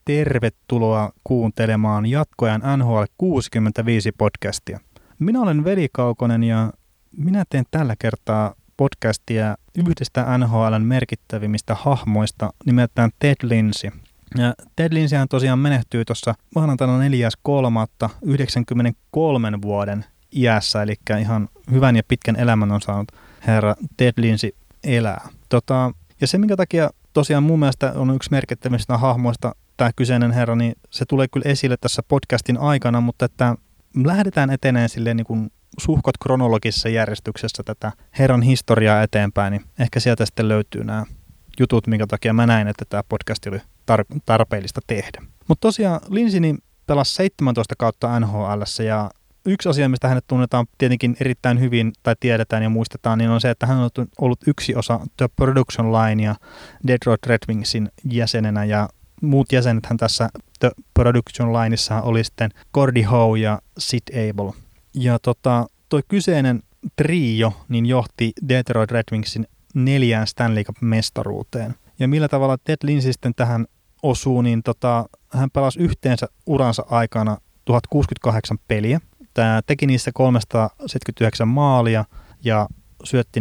tervetuloa kuuntelemaan jatkoajan NHL 65 podcastia. Minä olen Veli Kaukonen ja minä teen tällä kertaa podcastia yhdestä NHL:n merkittävimmistä hahmoista nimeltään Ted Lindsay. Ja Ted Lindsayhän tosiaan menehtyy tuossa maanantaina 4.3.93 vuoden iässä, eli ihan hyvän ja pitkän elämän on saanut herra Ted Lindsay elää. Ja se, minkä takia tosiaan mun mielestä on yksi merkittävistä hahmoista tämä kyseinen herra, niin se tulee kyllä esille tässä podcastin aikana, mutta että lähdetään eteneen silleen niin kuin suhkot kronologisessa järjestyksessä tätä herran historiaa eteenpäin, niin ehkä sieltä sitten löytyy nämä jutut, minkä takia mä näin, että tämä podcast oli tarpeellista tehdä. Mutta tosiaan Lindsay niin pelasi 17 kautta NHL:ssä ja yksi asia, mistä hänet tunnetaan tietenkin erittäin hyvin tai tiedetään ja muistetaan, niin on se, että hän on ollut yksi osa The Production Linea Detroit Red Wingsin jäsenenä ja muut jäsenethän tässä The Production Lineissa oli sitten Gordie Howe ja Sid Abel. Ja toi kyseinen trio niin johti Detroit Red Wingsin 4 Stanley Cup-mestaruuteen. Ja millä tavalla Ted Lindsay sitten tähän osuu, niin hän pelasi yhteensä uransa aikana 1068 peliä. Tämä teki niissä 379 maalia ja syötti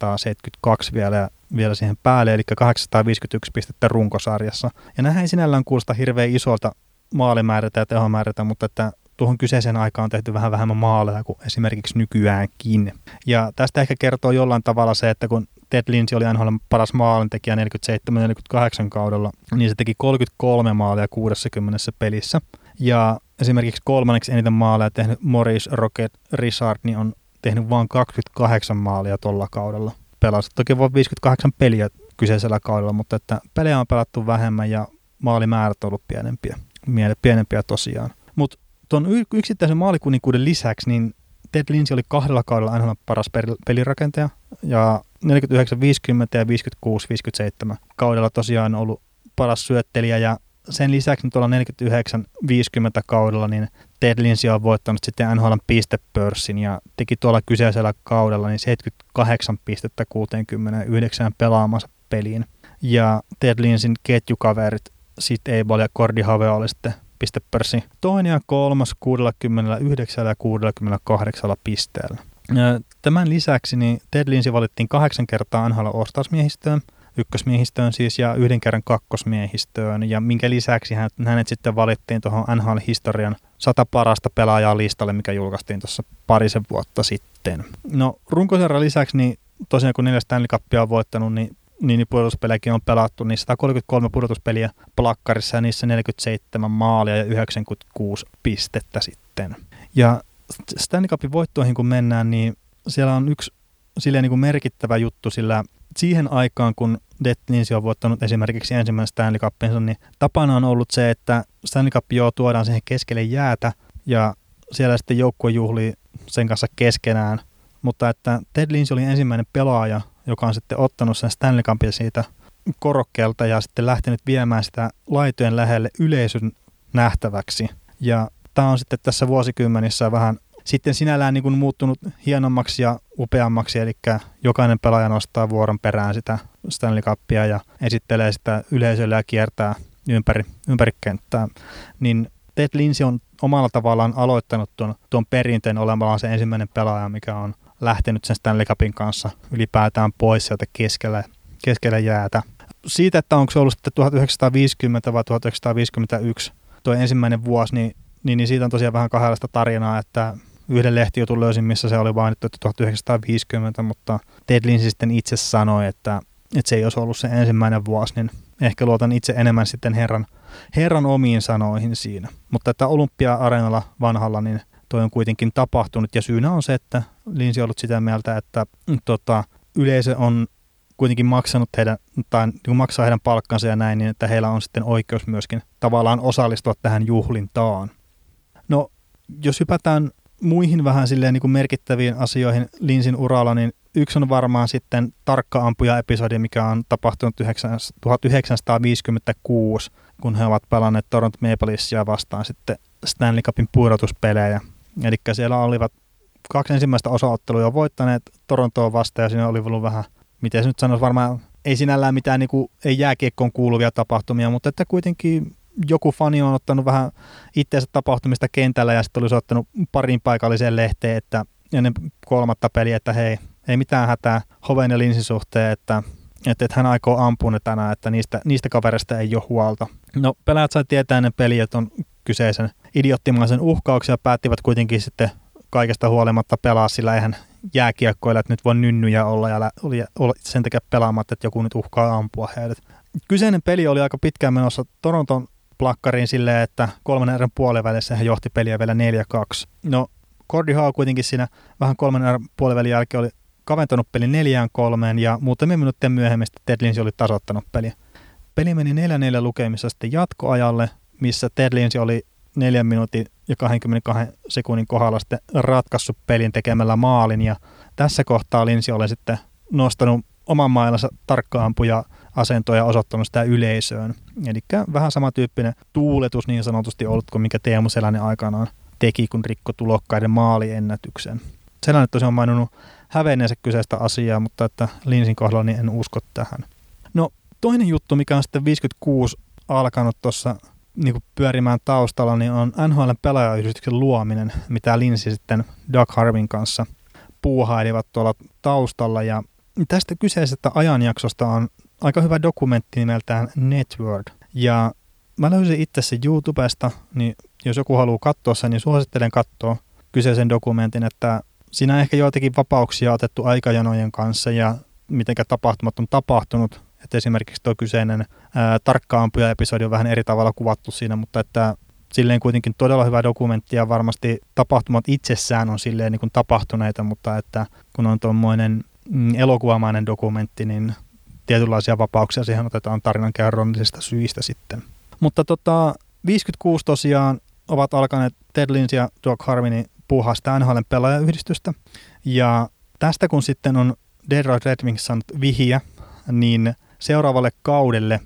472 vielä siihen päälle, eli 851 pistettä runkosarjassa. Ja nämähän ei sinällään kuulosta hirveän isolta maalimäärältä ja tehomäärältä, mutta että tuohon kyseiseen aikaan on tehty vähän vähemmän maaleja kuin esimerkiksi nykyäänkin. Ja tästä ehkä kertoo jollain tavalla se, että kun Ted Lindsay oli NHL paras maalintekijä 47-48 kaudella, niin se teki 33 maalia 60 pelissä. Ja esimerkiksi kolmanneksi eniten maaleja tehnyt Maurice Rocket Richard niin on tehnyt vain 28 maalia tuolla kaudella. Pelasi toki vain 58 peliä kyseisellä kaudella, mutta että pelejä on pelattu vähemmän ja maalimäärät on ollut pienempiä tosiaan. Mutta tuon yksittäisen maalikuninkuuden lisäksi niin Ted Lindsay oli 2 kaudella NHL paras pelirakentaja ja 49-50 ja 56-57 kaudella tosiaan ollut paras syöttelijä ja sen lisäksi tuolla 49-50 kaudella niin Ted Lindsay on voittanut sitten NHL:n pistepörssin ja teki tuolla kyseisellä kaudella niin 78 pistettä 69 pelaamansa peliin. Ja Ted Lindsayn ketjukaverit Sid Abel ja Gordie Howe oli sitten pistepörssin 2. ja 3. 69 ja 68 pisteellä. Ja tämän lisäksi niin Ted Lindsay valittiin 8 kertaa NHL All-Stars-miehistöön, ykkösmiehistöön siis ja 1 kerran kakkosmiehistöön ja minkä lisäksi hänet sitten valittiin tuohon NHL-historian 100 parasta pelaajaa listalle, mikä julkaistiin tuossa parisen vuotta sitten. No runkosarjan lisäksi niin tosiaan kun 4 Stanley Cupia on voittanut, niin pudotuspelejäkin on pelattu, niin 133 pudotuspeliä plakkarissa ja niissä 47 maalia ja 96 pistettä sitten. Ja Stanley Cupin voittoihin kun mennään, niin siellä on yksi silleen niin kuin merkittävä juttu, sillä siihen aikaan, kun Ted Lindsay on voittanut esimerkiksi ensimmäisen Stanley Cupinsa, niin tapana on ollut se, että Stanley Cup tuodaan siihen keskelle jäätä ja siellä sitten joukkue juhlii sen kanssa keskenään. Mutta että Ted Lindsay oli ensimmäinen pelaaja, joka on sitten ottanut sen Stanley Cupin siitä korokkeelta ja sitten lähtenyt viemään sitä laitojen lähelle yleisön nähtäväksi. Ja tämä on sitten tässä vuosikymmenissä vähän sitten sinällään niin kuin muuttunut hienommaksi ja upeammaksi, eli jokainen pelaaja nostaa vuoron perään sitä Stanley Cupia ja esittelee sitä yleisölle ja kiertää ympäri kenttää. Niin Ted Lindsay on omalla tavallaan aloittanut tuon perinteen olemalla se ensimmäinen pelaaja, mikä on lähtenyt sen Stanley Cupin kanssa ylipäätään pois sieltä keskellä jäätä. Siitä, että onko se ollut sitten 1950 vai 1951 tuo ensimmäinen vuosi, niin siitä on tosiaan vähän kahdenlaista tarinaa, että yhden lehtijutun löysin, missä se oli mainittu, että 1950, mutta Ted Lindsay sitten itse sanoi, että se ei olisi ollut se ensimmäinen vuosi, niin ehkä luotan itse enemmän sitten herran omiin sanoihin siinä. Mutta että Olympia-areenalla vanhalla, niin toi on kuitenkin tapahtunut ja syynä on se, että Lindsay on ollut sitä mieltä, että yleisö on kuitenkin maksanut maksaa heidän palkkansa ja näin, niin että heillä on sitten oikeus myöskin tavallaan osallistua tähän juhlintaan. No, jos hypätään muihin vähän silleen niin kuin merkittäviin asioihin Lindsayn uralla, niin yksi on varmaan sitten tarkka ampuja-episodi, mikä on tapahtunut 1956, kun he ovat pelanneet Toronto Maple Leafsia vastaan sitten Stanley Cupin pudotuspelejä. Eli siellä olivat 2 ensimmäistä osaottelua jo voittaneet Torontoon vastaan ja siinä oli ollut vähän, miten se nyt sanoisi, varmaan ei sinällään mitään niin kuin, ei jääkiekkoon kuuluvia tapahtumia, mutta että kuitenkin joku fani on ottanut vähän itseensä tapahtumista kentällä ja sitten oli soittanut parin paikalliseen lehteen, että ennen kolmatta peliä, että hei, ei mitään hätää Hoven ja Linsin suhteen, että hän aikoo ampua ne tänään, että niistä kavereista ei ole huolta. No, pelaajat sai tietää ennen peliä, että on kyseisen idioottimaisen uhkauksia ja päättivät kuitenkin sitten kaikesta huolimatta pelaa, sillä eihän jääkiekkoilla, että nyt voi nynnyjä olla ja olla sen takia pelaamatta, että joku nyt uhkaa ampua heidät. Kyseinen peli oli aika pitkään menossa Toronton plakkariin silleen, että 3. erän puolivälissä hän johti peliä vielä 4-2. No, Gordie Howe kuitenkin siinä vähän 3. erän puolivälin jälkeen oli kaventanut pelin 4-3 ja muutamia minuuttia myöhemmin Ted Lindsay oli tasoittanut peliä. Peli meni 4-4 lukemissa sitten jatkoajalle, missä Ted Lindsay oli 4 minuutin ja 22 sekunnin kohdalla sitten ratkaissut pelin tekemällä maalin ja tässä kohtaa Lindsay oli sitten nostanut oman mailansa tarkkaampuja asentoja ja osoittanut sitä yleisöön. Eli vähän samantyyppinen tuuletus niin sanotusti ollut kuin mikä Teemu Selänne aikanaan teki, kun rikko tulokkaiden maaliennätyksen. Selänne tosiaan on maininnut hävenneensä kyseistä asiaa, mutta että Lindsayn kohdalla niin en usko tähän. No toinen juttu, mikä on sitten 56 alkanut tuossa niin pyörimään taustalla, niin on NHL:n pelaajayhdistyksen luominen, mitä Lindsay sitten Doug Harvin kanssa puuhailivat tuolla taustalla. Ja tästä kyseisestä ajanjaksosta on aika hyvä dokumentti nimeltään Network. Ja mä löysin itse sen YouTubesta, niin jos joku haluaa katsoa sen, niin suosittelen katsoa kyseisen dokumentin, että siinä on ehkä joitakin vapauksia otettu aikajanojen kanssa ja mitenkä tapahtumat on tapahtunut. Että esimerkiksi tuo kyseinen tarkka-ampuja-episodi on vähän eri tavalla kuvattu siinä, mutta että silleen kuitenkin todella hyvä dokumentti ja varmasti tapahtumat itsessään on silleen niin kuin tapahtuneita, mutta että kun on tuommoinen elokuvamainen dokumentti, niin tietynlaisia vapauksia siihen otetaan tarinankerrollisista syistä sitten. Mutta 56 tosiaan ovat alkaneet Ted Lindsay ja Doug Harvin puuhaa sitä NHL:n pelaajayhdistystä. Ja tästä kun sitten on Detroit Red Wings saanut vihiä, niin seuraavalle kaudelle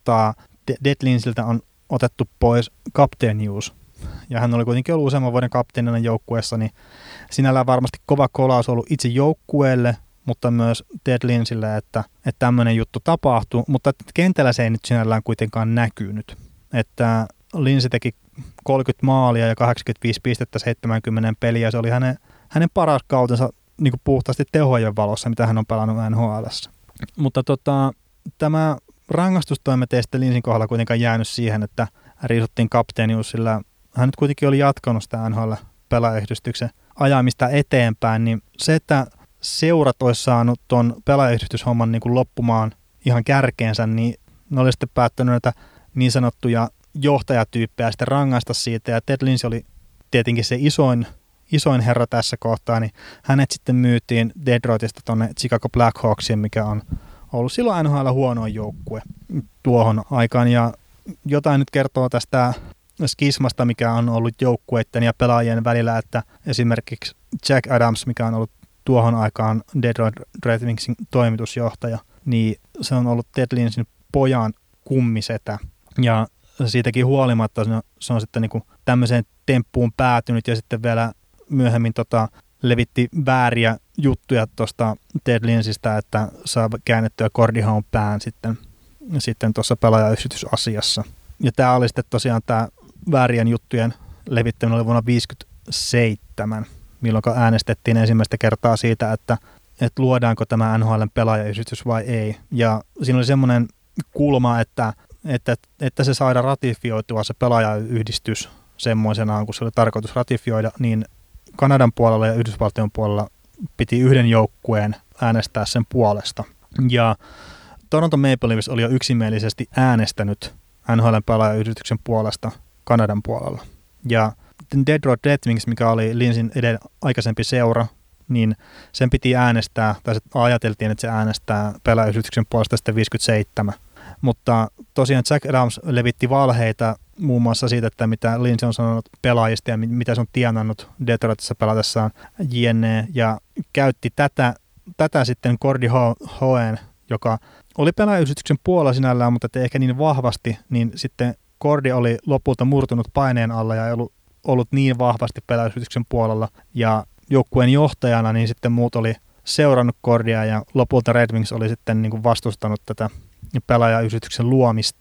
Ted Lindsayltä on otettu pois kapteenius. Ja hän oli kuitenkin ollut useamman vuoden kapteenina joukkueessa, niin sinällään varmasti kova kolaus ollut itse joukkueelle, mutta myös Ted Lindsayle, että tämmöinen juttu tapahtui, mutta kentällä se ei nyt sinällään kuitenkaan näkynyt. Että Lindsay teki 30 maalia ja 85 pistettä 70 peliä, se oli hänen paras kautensa niin kuin puhtaasti tehojen valossa, mitä hän on pelannut NHL:ssä. Mutta tämä rangaistustoimet ei sitten Lindsayn kohdalla kuitenkaan jäänyt siihen, että riisuttiin kapteenius, sillä hän nyt kuitenkin oli jatkanut sitä NHL-pelaajayhdistyksen ajamista eteenpäin, niin se, että seurat olisi saanut tuon pelaajayhdistyshomman niin kuin loppumaan ihan kärkeensä, niin ne oli sitten päättänyt näitä niin sanottuja johtajatyyppejä sitten rangaista siitä, ja Ted Lindsay oli tietenkin se isoin herra tässä kohtaa, niin hänet sitten myytiin Detroitista tuonne Chicago Blackhawksiin, mikä on ollut silloin NHL huonoin joukkue tuohon aikaan, ja jotain nyt kertoo tästä skismasta, mikä on ollut joukkueiden ja pelaajien välillä, että esimerkiksi Jack Adams, mikä on ollut tuohon aikaan Detroit Red Wingsin toimitusjohtaja, niin se on ollut Ted Lindsayn pojan kummisetä, ja siitäkin huolimatta se on sitten niin kuin tämmöiseen temppuun päätynyt ja sitten vielä myöhemmin levitti vääriä juttuja tuosta Ted Lindsaystä, että saa käännettyä Gordie Howen pään sitten tuossa pelaajayhdistysasiassa. Ja tämä oli sitten tosiaan tämä väärien juttujen levittäminen oli vuonna 1957, milloin äänestettiin ensimmäistä kertaa siitä, että luodaanko tämä NHL:n pelaajayhdistys vai ei. Ja siinä oli semmoinen kulma, että se saada ratifioitua se pelaajayhdistys semmoisenaan, kun se oli tarkoitus ratifioida, niin Kanadan puolella ja Yhdysvaltojen puolella piti yhden joukkueen äänestää sen puolesta. Ja Toronto Maple Leafs oli jo yksimielisesti äänestänyt NHL:n pelaajayhdistyksen puolesta Kanadan puolella. Ja Detroit Red Wings, mikä oli Lindsayn aikaisempi seura, niin sen piti äänestää, tai ajateltiin, että se äänestää pelaajayhdistyksen puolesta sitten 57. Mutta tosiaan Jack Adams levitti valheita muun muassa siitä, että mitä Lindsay on sanonut pelaajista ja mitä se on tienannut Detroitissa pelatessaan jne. Ja käytti tätä sitten Gordie Howen, joka oli pelaajayhdistyksen puolella sinällään, mutta ehkä niin vahvasti, niin sitten Gordie oli lopulta murtunut paineen alla ja ei ollut niin vahvasti pelaajayhdistyksen puolella. Ja joukkueen johtajana niin sitten muut oli seurannut Gordiea ja lopulta Red Wings oli sitten niin kuin vastustanut tätä pelaajayhdistyksen luomista.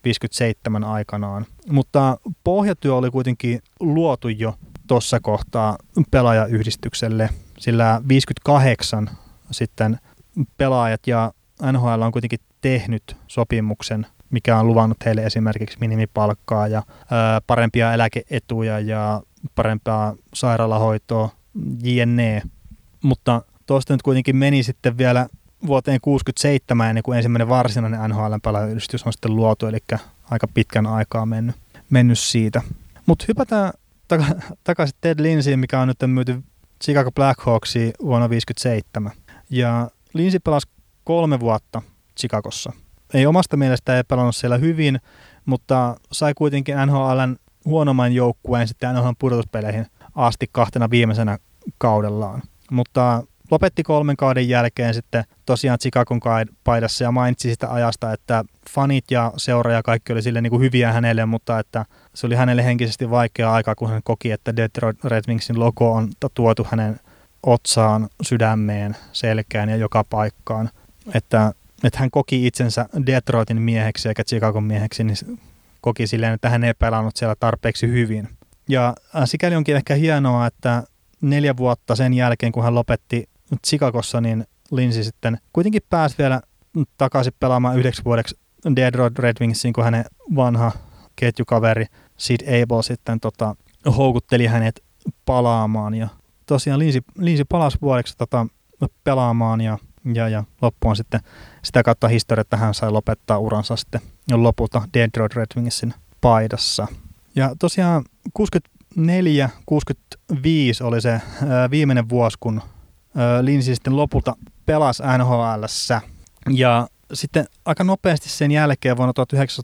57 aikanaan. Mutta pohjatyö oli kuitenkin luotu jo tuossa kohtaa pelaajayhdistykselle, sillä 58 sitten pelaajat ja NHL on kuitenkin tehnyt sopimuksen, mikä on luvannut heille esimerkiksi minimipalkkaa ja parempia eläkeetuja ja parempaa sairaalahoitoa, jne. Mutta tuosta nyt kuitenkin meni sitten vielä vuoteen 67 ennen kuin ensimmäinen varsinainen NHL-pelaajayhdistys on sitten luotu, eli aika pitkän aikaa mennyt siitä. Mutta hypätään takaisin Ted Lindsayyn, mikä on nyt myyty Chicago Blackhawksiin vuonna 1957. Ja Lindsay pelasi 3 vuotta Chicagossa. Ei omasta mielestä ei pelannut siellä hyvin, mutta sai kuitenkin NHL:n huonomman joukkueen sitten NHL:n pudotuspeleihin asti 2 viimeisenä kaudellaan. Mutta lopetti 3 kauden jälkeen sitten tosiaan Chicagon paidassa ja mainitsi sitä ajasta, että fanit ja seura ja kaikki oli sille niin kuin hyviä hänelle, mutta että se oli hänelle henkisesti vaikea aika, kun hän koki, että Detroit Red Wingsin logo on tuotu hänen otsaan, sydämeen, selkään ja joka paikkaan. Että hän koki itsensä Detroitin mieheksi eikä Chicagon mieheksi, niin koki silleen, että hän ei pelannut siellä tarpeeksi hyvin. Ja sikäli onkin ehkä hienoa, että 4 vuotta sen jälkeen, kun hän lopetti Chicagossa, niin Lindsay sitten kuitenkin pääsi vielä takaisin pelaamaan 9 vuodeksi Detroit Red Wingsiin, kun hänen vanha ketjukaveri Sid Abel sitten houkutteli hänet palaamaan. Ja tosiaan Lindsay palasi vuodeksi pelaamaan ja loppuun sitten sitä kautta historia, että hän sai lopettaa uransa sitten lopulta Detroit Red Wingsin paidassa. Ja tosiaan 64-65 oli se viimeinen vuosi, kun Lindsay sitten lopulta pelasi NHL:ssä. Ja sitten aika nopeasti sen jälkeen vuonna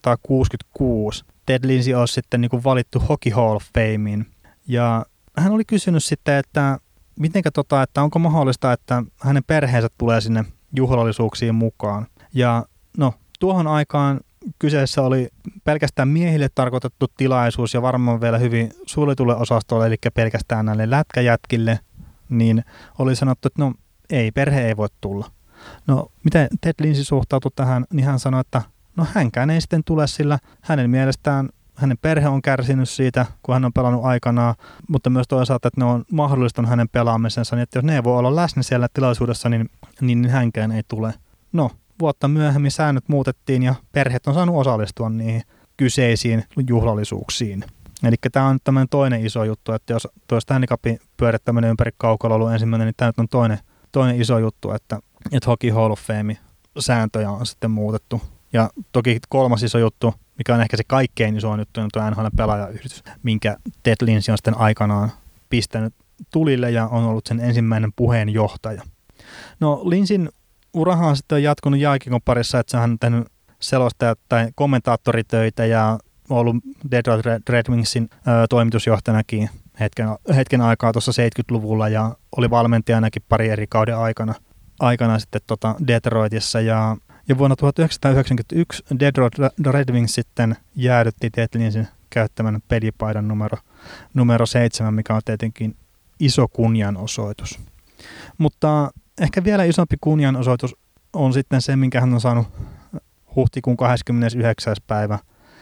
1966 Ted Lindsay olisi sitten niin kuin valittu Hockey Hall of Fameen. Ja hän oli kysynyt sitten, että että onko mahdollista, että hänen perheensä tulee sinne juhlallisuuksiin mukaan. Ja no, tuohon aikaan kyseessä oli pelkästään miehille tarkoitettu tilaisuus ja varmaan vielä hyvin suljetulle osastolle, eli pelkästään näille lätkäjätkille, niin oli sanottu, että no ei, perhe ei voi tulla. No, miten Ted Lindsay suhtautui tähän, niin hän sanoi, että no hänkään ei sitten tule, sillä hänen mielestään hänen perhe on kärsinyt siitä, kun hän on pelannut aikanaan, mutta myös toisaalta, että ne on mahdollistanut hänen pelaamisensa, niin että jos ne ei voi olla läsnä siellä tilaisuudessa, niin hänkään ei tule. No, vuotta myöhemmin säännöt muutettiin ja perheet on saanut osallistua niihin kyseisiin juhlallisuuksiin. Eli tämä on tämmöinen toinen iso juttu, että jos tuo Stanley Cupin pyörittäminen ympäri kaukalla on ollut ensimmäinen, niin tämä nyt on toinen iso juttu, että Hockey Hall of Fame sääntöjä on sitten muutettu. Ja toki 3. iso juttu, mikä on ehkä se kaikkein iso juttu, on tuo NHL-pelaajayhdistys, minkä Ted Lindsay on sitten aikanaan pistänyt tulille ja on ollut sen ensimmäinen puheenjohtaja. No Lindsayn urahan on sitten jatkunut jääkiekon parissa, että hän on tehnyt selostaja- tai kommentaattoritöitä ja ollut Detroit Red Wingsin toimitusjohtajanakin hetken aikaa tuossa 70-luvulla ja oli valmentajanakin pari eri kauden aikana sitten Detroitissa ja vuonna 1991 Detroit Red Wings sitten jäädytti Ted Lindsayn käyttämän pelipaidan numero 7, mikä on tietenkin iso kunnianosoitus. Mutta ehkä vielä isompi kunnianosoitus on sitten se, minkä hän on saanut huhtikuun 29. päivä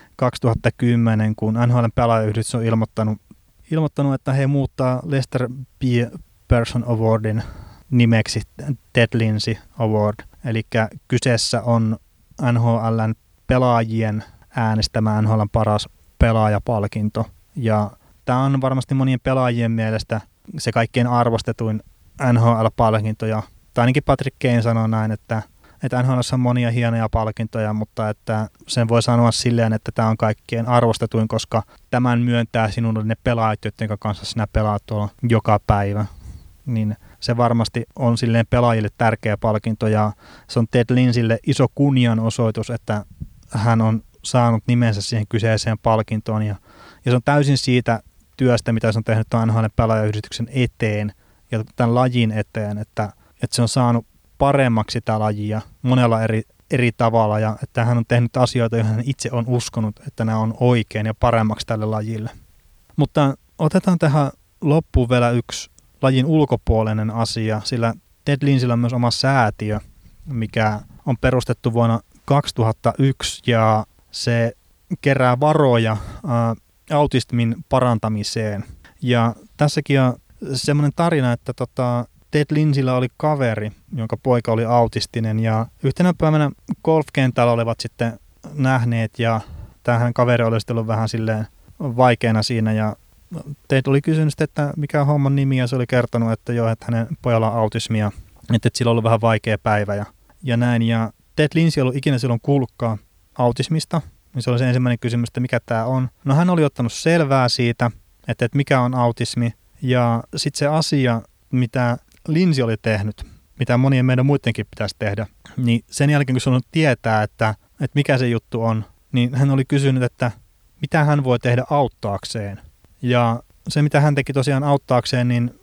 2010, kun NHL:n pelaajayhdistys on ilmoittanut, että he muuttaa Lester B. Person Awardin nimeksi Ted Lindsay Award. Eli kyseessä on NHL:n pelaajien äänestämä NHL:n paras pelaajapalkinto. Ja tämä on varmasti monien pelaajien mielestä se kaikkein arvostetuin NHL-palkinto. Tai ainakin Patrick Kane sanoo näin, että NHL:ssä on monia hienoja palkintoja, mutta että sen voi sanoa silleen, että tämä on kaikkien arvostetuin, koska tämän myöntää sinulle ne pelaajat, joiden kanssa sinä pelaat tuolla joka päivä. Niin se varmasti on silleen pelaajille tärkeä palkinto ja se on Ted Lindsaylle iso kunnianosoitus, että hän on saanut nimensä siihen kyseiseen palkintoon ja se on täysin siitä työstä, mitä se on tehnyt tuon NHL:n pelaajayhdistyksen eteen ja tämän lajin eteen, että se on saanut paremmaksi tämä lajia monella eri tavalla ja että hän on tehnyt asioita, joihin hän itse on uskonut, että nämä on oikein ja paremmaksi tälle lajille. Mutta otetaan tähän loppuun vielä yksi lajin ulkopuolinen asia, sillä Ted Lindsayllä on myös oma säätiö, mikä on perustettu vuonna 2001 ja se kerää varoja autismin parantamiseen. Ja tässäkin on semmoinen tarina, että Ted Lindsayllä oli kaveri, jonka poika oli autistinen, ja yhtenä päivänä golfkentällä olivat sitten nähneet, ja tämähän kaveri oli sitten ollut vähän silleen vaikeana siinä, ja Ted oli kysynyt, että mikä on homman nimi, ja se oli kertonut, että joo, että hänen pojalla on autismia, että sillä on ollut vähän vaikea päivä ja näin, ja Ted Lindsay ei ollut ikinä silloin kuullutkaan autismista, niin se oli se ensimmäinen kysymys, että mikä tämä on. No hän oli ottanut selvää siitä, että mikä on autismi, ja sitten se asia, mitä Lindsay oli tehnyt, mitä monien meidän muidenkin pitäisi tehdä, niin sen jälkeen kun sun tietää, että mikä se juttu on, niin hän oli kysynyt, että mitä hän voi tehdä auttaakseen. Ja se, mitä hän teki tosiaan auttaakseen, niin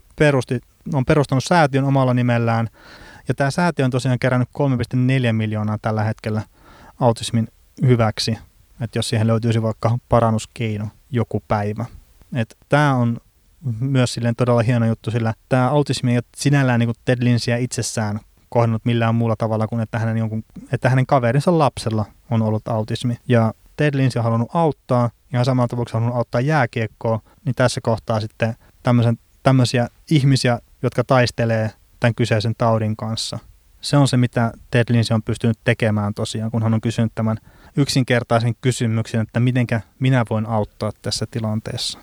on perustanut säätiön omalla nimellään. Ja tämä säätiö on tosiaan kerännyt 3,4 miljoonaa tällä hetkellä autismin hyväksi. Että jos siihen löytyisi vaikka parannuskeino joku päivä. Tämä on myös silleen todella hieno juttu, sillä tämä autismi ei ole sinällään niin kuin Ted Lindsayä itsessään kohdannut millään muulla tavalla kuin että hänen kaverinsa lapsella on ollut autismi. Ja Ted Lindsay on halunnut auttaa, ihan samalla tavalla kuin halunnut auttaa jääkiekkoa, niin tässä kohtaa sitten tämmöisiä ihmisiä, jotka taistelee tämän kyseisen taudin kanssa. Se on se, mitä Ted Lindsay on pystynyt tekemään tosiaan, kun hän on kysynyt tämän yksinkertaisen kysymyksen, että mitenkä minä voin auttaa tässä tilanteessa.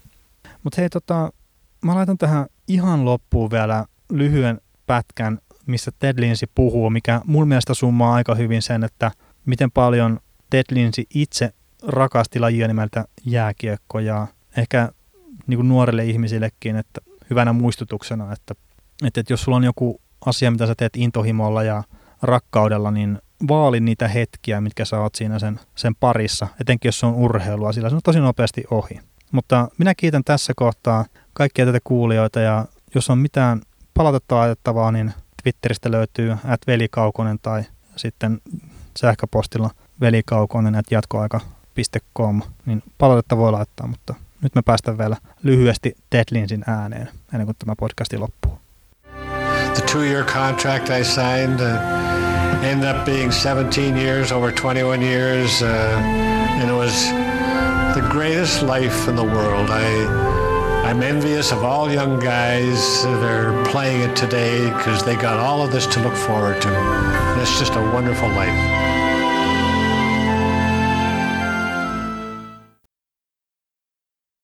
Mutta hei, mä laitan tähän ihan loppuun vielä lyhyen pätkän, missä Ted Lindsay puhuu, mikä mun mielestä summaa aika hyvin sen, että miten paljon Ted Lindsay itse rakasti lajia nimeltä jääkiekko ja ehkä niin kuin nuorille ihmisillekin, että hyvänä muistutuksena, että jos sulla on joku asia, mitä sä teet intohimolla ja rakkaudella, niin vaali niitä hetkiä, mitkä sä oot siinä sen parissa, etenkin jos se on urheilua, sillä se on tosi nopeasti ohi. Mutta minä kiitän tässä kohtaa kaikkia tätä kuulijoita, ja jos on mitään palautetta laitettavaa, niin Twitteristä löytyy @velikaukonen tai sitten sähköpostilla velikaukonen@jatkoaika.com, niin palautetta voi laittaa, mutta nyt me päästään vielä lyhyesti Ted Lindsayn ääneen ennen kuin tämä podcasti loppuu. The 2-year contract I signed ended up being 17 years, over 21 years, and it was the greatest life in the world. I'm envious of all young guys that are playing it today because they got all of this to look forward to. And it's just a wonderful life.